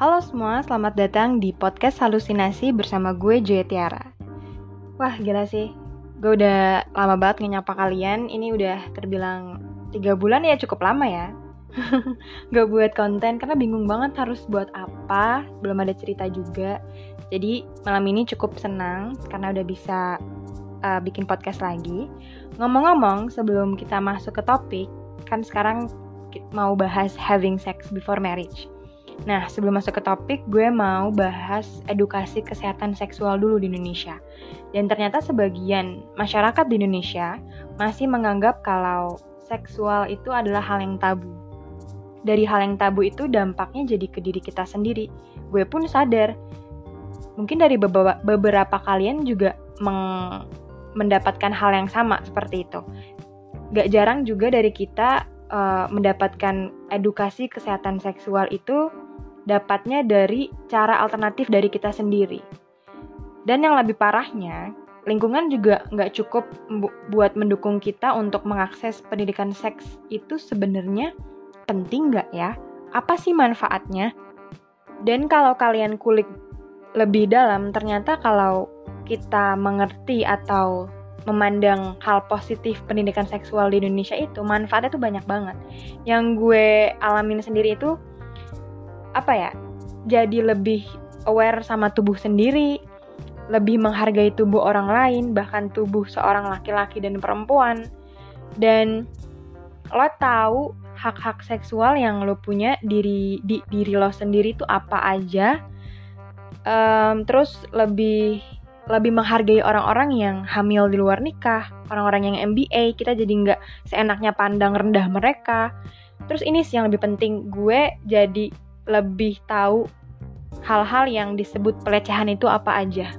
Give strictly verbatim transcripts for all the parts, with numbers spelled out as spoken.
Halo semua, selamat datang di podcast Halusinasi bersama gue Joy Tiara. Wah gila sih, gue udah lama banget ngenyapa kalian. Ini udah terbilang tiga bulan ya, cukup lama ya. Gak buat konten karena bingung banget harus buat apa, belum ada cerita juga. Jadi malam ini cukup senang karena udah bisa uh, bikin podcast lagi. Ngomong-ngomong, sebelum kita masuk ke topik, kan sekarang mau bahas having sex before marriage. Nah, sebelum masuk ke topik, gue mau bahas edukasi kesehatan seksual dulu di Indonesia. Dan ternyata sebagian masyarakat di Indonesia masih menganggap kalau seksual itu adalah hal yang tabu. Dari hal yang tabu itu dampaknya jadi ke diri kita sendiri. Gue pun sadar. Mungkin dari beberapa, beberapa kalian juga meng, mendapatkan hal yang sama seperti itu. Gak jarang juga dari kita uh, mendapatkan edukasi kesehatan seksual itu dapatnya dari cara alternatif dari kita sendiri. Dan yang lebih parahnya, lingkungan juga nggak cukup bu- buat mendukung kita untuk mengakses pendidikan seks itu sebenarnya penting nggak ya? Apa sih manfaatnya? Dan kalau kalian kulik lebih dalam, ternyata kalau kita mengerti atau memandang hal positif pendidikan seksual di Indonesia itu, manfaatnya tuh banyak banget. Yang gue alamin sendiri itu apa ya, jadi lebih aware sama tubuh sendiri, lebih menghargai tubuh orang lain, bahkan tubuh seorang laki-laki dan perempuan. Dan lo tahu hak-hak seksual yang lo punya diri di diri lo sendiri itu apa aja. Um, terus lebih lebih menghargai orang-orang yang hamil di luar nikah, orang-orang yang M B A, kita jadi nggak seenaknya pandang rendah mereka. Terus ini sih yang lebih penting, gue jadi lebih tahu hal-hal yang disebut pelecehan itu apa aja.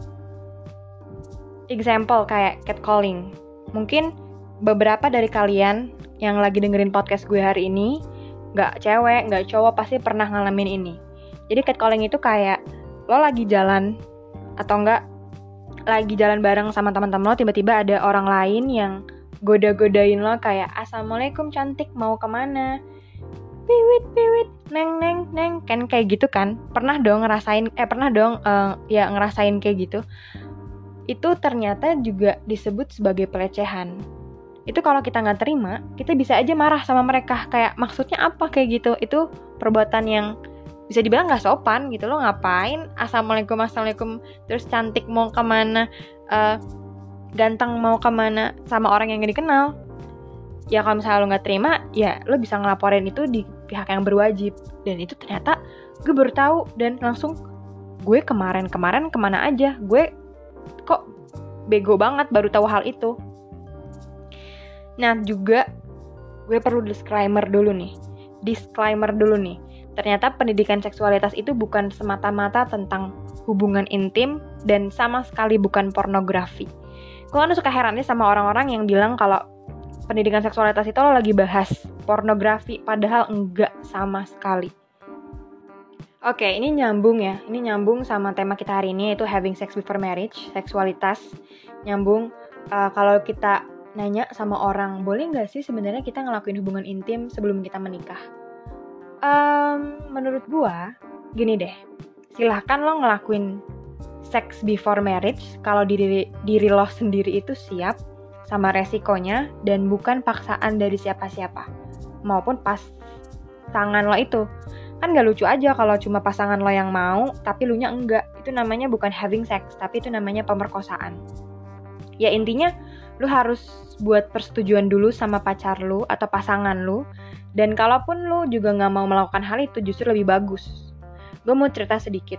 Example kayak catcalling. Mungkin beberapa dari kalian yang lagi dengerin podcast gue hari ini, gak cewek, gak cowok, pasti pernah ngalamin ini. Jadi catcalling itu kayak lo lagi jalan atau enggak lagi jalan bareng sama teman-teman lo, tiba-tiba ada orang lain yang goda-godain lo kayak assalamualaikum cantik, mau kemana? Piwit, piwit, neng, neng, neng, kan kayak gitu kan? Pernah dong ngerasain, eh pernah dong uh, ya ngerasain kayak gitu. Itu ternyata juga disebut sebagai pelecehan. Itu kalau kita nggak terima, kita bisa aja marah sama mereka. Kayak maksudnya apa kayak gitu? Itu perbuatan yang bisa dibilang nggak sopan gitu. Lo ngapain? Assalamualaikum, assalamualaikum. Terus cantik mau kemana? Uh, ganteng mau kemana? Sama orang yang nggak dikenal. Ya kalau misalnya lo gak terima, ya lo bisa ngelaporin itu di pihak yang berwajib. Dan itu ternyata gue baru tahu. Dan langsung gue kemarin-kemarin kemana aja, gue kok bego banget baru tahu hal itu. Nah juga gue perlu disclaimer dulu nih Disclaimer dulu nih Ternyata pendidikan seksualitas itu bukan semata-mata tentang hubungan intim dan sama sekali bukan pornografi. Gue kan suka heran nih sama orang-orang yang bilang kalau pendidikan seksualitas itu lo lagi bahas pornografi, padahal enggak sama sekali. Oke, ini nyambung ya. Ini nyambung sama tema kita hari ini, yaitu having sex before marriage, seksualitas. Nyambung uh, kalau kita nanya sama orang, boleh nggak sih sebenarnya kita ngelakuin hubungan intim sebelum kita menikah? Um, menurut gua, gini deh. Silahkan lo ngelakuin sex before marriage kalau diri diri lo sendiri itu siap sama resikonya dan bukan paksaan dari siapa-siapa maupun pasangan lo itu. Kan gak lucu aja kalau cuma pasangan lo yang mau tapi lu nya enggak. Itu namanya bukan having sex, tapi itu namanya pemerkosaan. Ya intinya lu harus buat persetujuan dulu sama pacar lu atau pasangan lu. Dan kalaupun lu juga gak mau melakukan hal itu, justru lebih bagus. Gue mau cerita sedikit.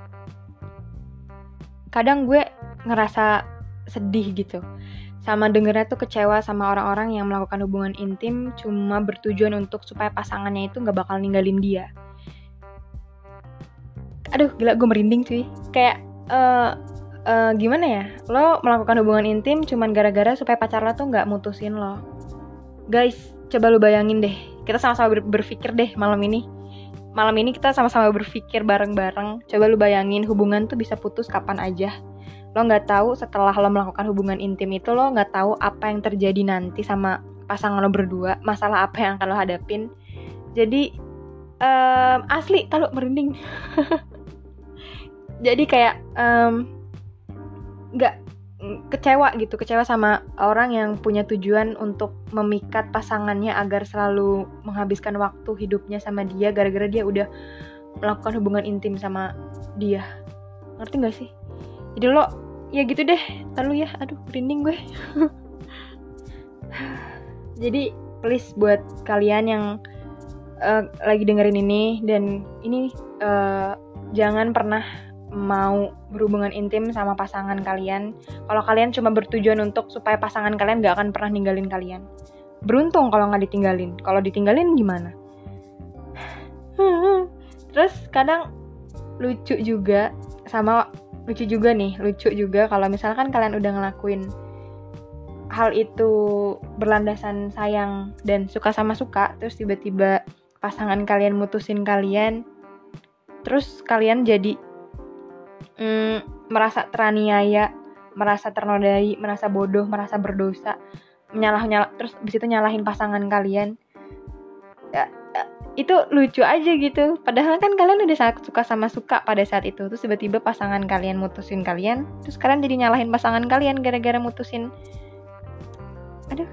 Kadang gue ngerasa sedih gitu sama dengernya tuh kecewa sama orang-orang yang melakukan hubungan intim cuma bertujuan untuk supaya pasangannya itu gak bakal ninggalin dia. Aduh gila, gue merinding cuy. Kayak uh, uh, gimana ya, lo melakukan hubungan intim cuman gara-gara supaya pacar lo tuh gak mutusin lo. Guys, coba lo bayangin deh, kita sama-sama ber- berpikir deh malam ini Malam ini kita sama-sama berpikir bareng-bareng. Coba lo bayangin, hubungan tuh bisa putus kapan aja. Lo gak tahu setelah lo melakukan hubungan intim itu, lo gak tahu apa yang terjadi nanti sama pasangan lo berdua, masalah apa yang akan lo hadapin. Jadi um, asli kalau merinding. Jadi kayak um, gak kecewa gitu, kecewa sama orang yang punya tujuan untuk memikat pasangannya agar selalu menghabiskan waktu hidupnya sama dia gara-gara dia udah melakukan hubungan intim sama dia. Ngerti gak sih? Jadi lo ya gitu deh, lalu ya, aduh merinding gue. Jadi please buat kalian yang uh, lagi dengerin ini dan ini uh, jangan pernah mau berhubungan intim sama pasangan kalian kalau kalian cuma bertujuan untuk supaya pasangan kalian gak akan pernah ninggalin kalian. Beruntung kalau gak ditinggalin. Kalau ditinggalin gimana? Terus kadang lucu juga sama lucu juga nih, lucu juga kalau misalkan kalian udah ngelakuin hal itu berlandasan sayang dan suka sama suka, terus tiba-tiba pasangan kalian mutusin kalian, terus kalian jadi mm, merasa teraniaya, merasa ternodai, merasa bodoh, merasa berdosa, menyalah-nyalah, terus abis itu nyalahin pasangan kalian. Ya, itu lucu aja gitu. Padahal kan kalian udah sangat suka sama suka pada saat itu. Terus tiba-tiba pasangan kalian mutusin kalian, terus kalian jadi nyalahin pasangan kalian gara-gara mutusin. Aduh.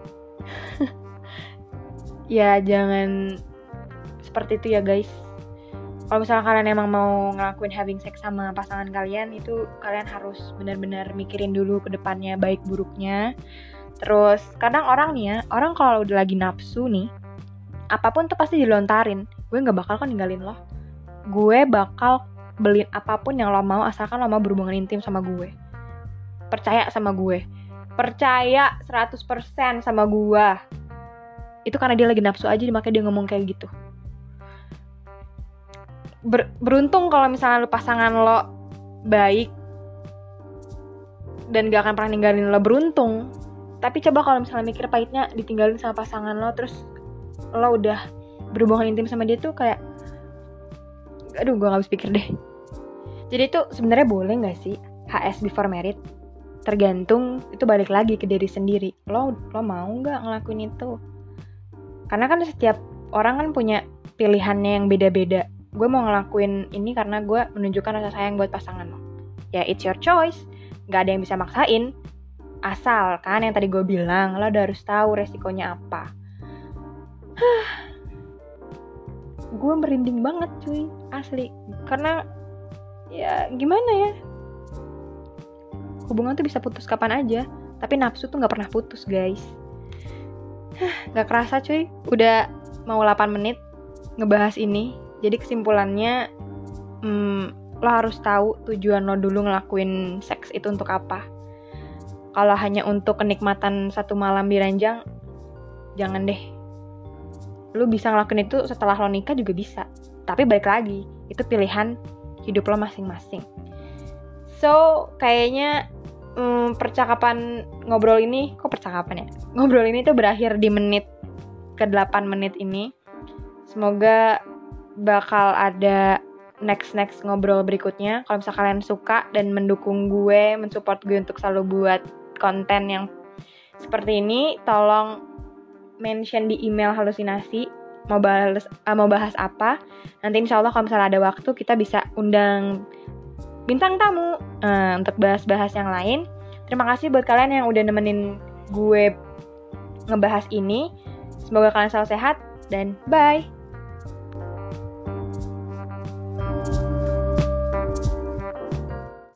Ya jangan seperti itu ya guys. Kalau misalnya kalian emang mau ngelakuin having sex sama pasangan kalian, itu kalian harus benar-benar mikirin dulu ke depannya baik buruknya. Terus kadang orang nih ya, orang kalau udah lagi nafsu nih, apapun tuh pasti dilontarin. Gue gak bakal kan ninggalin lo. Gue bakal beliin apapun yang lo mau asalkan lo mau berhubungan intim sama gue. Percaya sama gue. Percaya seratus persen sama gue. Itu karena dia lagi nafsu aja, makanya dia ngomong kayak gitu. Ber- beruntung kalau misalnya lo pasangan lo baik dan gak akan pernah ninggalin lo, beruntung. Tapi coba kalau misalnya mikir pahitnya ditinggalin sama pasangan lo, terus lo udah berhubungan intim sama dia tuh kayak, aduh gue gak habis pikir deh. Jadi itu sebenarnya boleh gak sih H S before married? Tergantung, itu balik lagi ke diri sendiri. Lo lo mau gak ngelakuin itu? Karena kan setiap orang kan punya pilihannya yang beda-beda. Gue mau ngelakuin ini karena gue menunjukkan rasa sayang buat pasangan lo. Ya it's your choice, gak ada yang bisa maksain. Asal kan yang tadi gue bilang, lo udah harus tahu resikonya apa. Gue merinding banget cuy, asli. Karena ya gimana ya, hubungan tuh bisa putus kapan aja, tapi nafsu tuh gak pernah putus guys. Gak kerasa cuy, udah mau delapan menit ngebahas ini. Jadi kesimpulannya, hmm, lo harus tahu tujuan lo dulu ngelakuin seks itu untuk apa. Kalau hanya untuk kenikmatan satu malam di ranjang, jangan deh. Lo bisa ngelakuin itu setelah lo nikah juga bisa. Tapi balik lagi, itu pilihan hidup lo masing-masing. So, kayaknya hmm, percakapan ngobrol ini, kok percakapan ya? Ngobrol ini tuh berakhir di menit ke delapan menit ini. Semoga bakal ada next-next ngobrol berikutnya. Kalau misalnya kalian suka dan mendukung gue, mensupport gue untuk selalu buat konten yang seperti ini, tolong mention di email halusinasi mau bahas uh, mau bahas apa. Nanti insya Allah kalau misalnya ada waktu kita bisa undang bintang tamu uh, untuk bahas-bahas yang lain. Terima kasih buat kalian yang udah nemenin gue ngebahas ini. Semoga kalian selalu sehat dan bye.